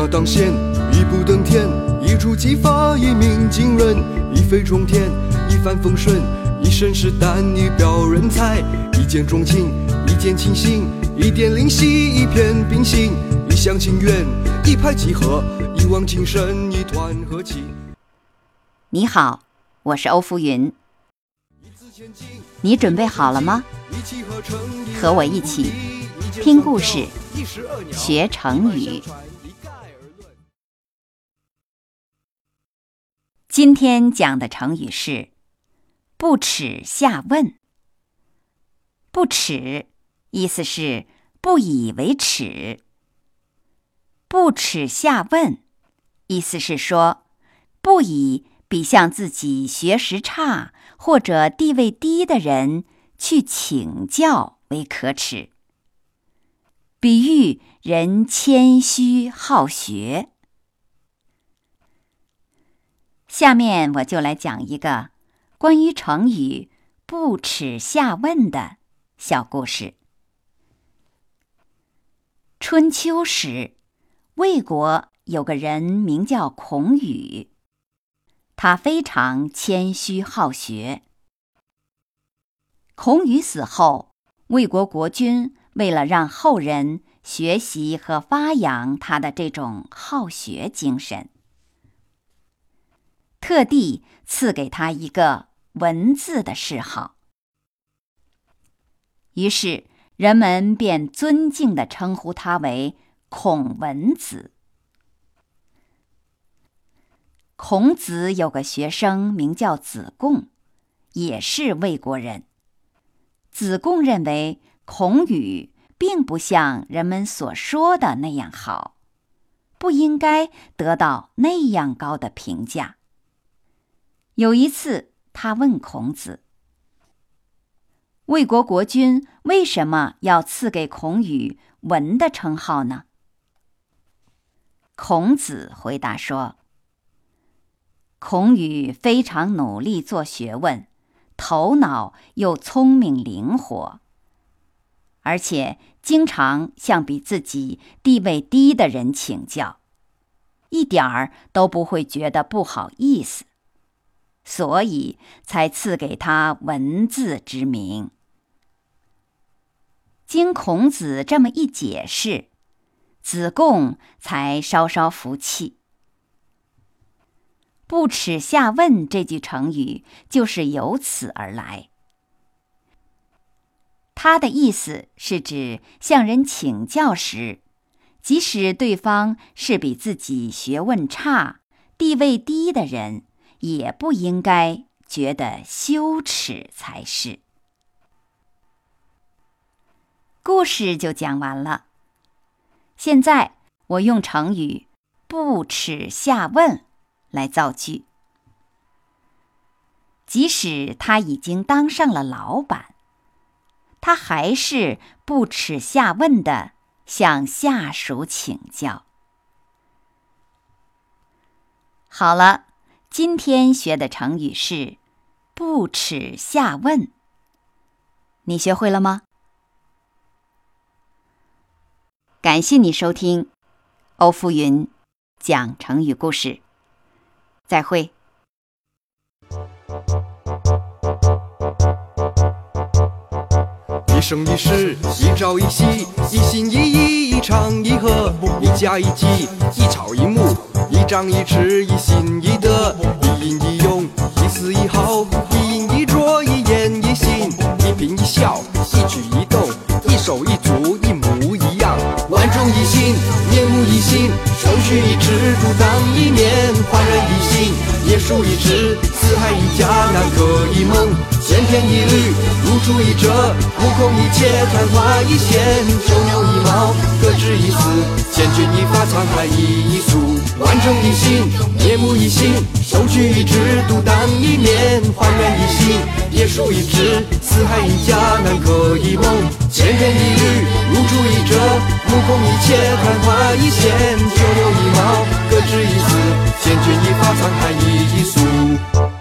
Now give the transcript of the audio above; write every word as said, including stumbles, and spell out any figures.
马当先，一步登天，一触即发，一鸣惊人，一飞冲天，一帆风顺，一身是胆，一表人才，一见钟情，一见倾心，一点灵犀，一片冰心，一厢情愿，一拍即合，一往情深，一团和气。 你好，我是欧福云，你准备好了吗？和我一起听故事，学成语。今天讲的成语是不耻下问。不耻意思是不以为耻，不耻下问意思是说不以比向自己学识差或者地位低的人去请教为可耻，比喻人谦虚好学。下面我就来讲一个关于成语不耻下问的小故事。春秋时，魏国有个人名叫孔宇，他非常谦虚好学。孔宇死后，魏国国君为了让后人学习和发扬他的这种好学精神，特地赐给他一个文字的谥号。于是人们便尊敬地称呼他为孔文子。孔子有个学生名叫子贡，也是魏国人。子贡认为孔宇并不像人们所说的那样好，不应该得到那样高的评价。有一次，他问孔子，魏国国君为什么要赐给孔宇文的称号呢？孔子回答说，孔宇非常努力做学问，头脑又聪明灵活，而且经常向比自己地位低的人请教，一点儿都不会觉得不好意思，所以才赐给他文字之名。经孔子这么一解释，子贡才稍稍服气。不耻下问这句成语就是由此而来。它的意思是指向人请教时，即使对方是比自己学问差、地位低的人，也不应该觉得羞耻才是。故事就讲完了。现在我用成语不耻下问来造句。即使他已经当上了老板，他还是不耻下问地向下属请教。好了，今天学的成语是不耻下问，你学会了吗？感谢你收听欧福云讲成语故事，再会。 一生一世，一朝一夕，一心一意，一唱一和，一家一计，一草一木，一张一弛，一心一德，一饮一用，一丝一毫，一饮一啄，一言一行，一颦一笑，一举一动，一手一足，一模一样，万众一心，面目一新，手举一指，独当一面，焕然一新，叶树一枝，四海一家，南柯一梦，千篇一律，如出一辙，目空一切，昙花一现，九牛一毛，各执一词，千钧一发，沧海一粟，万众一心，面目一新，手举一指，独当一面，焕然一新，叶树一枝，四海一家，南柯一梦，千篇一律，如出一辙，目空一切，昙花一现，九牛一毛，各执一词，千钧一发，沧海一粟。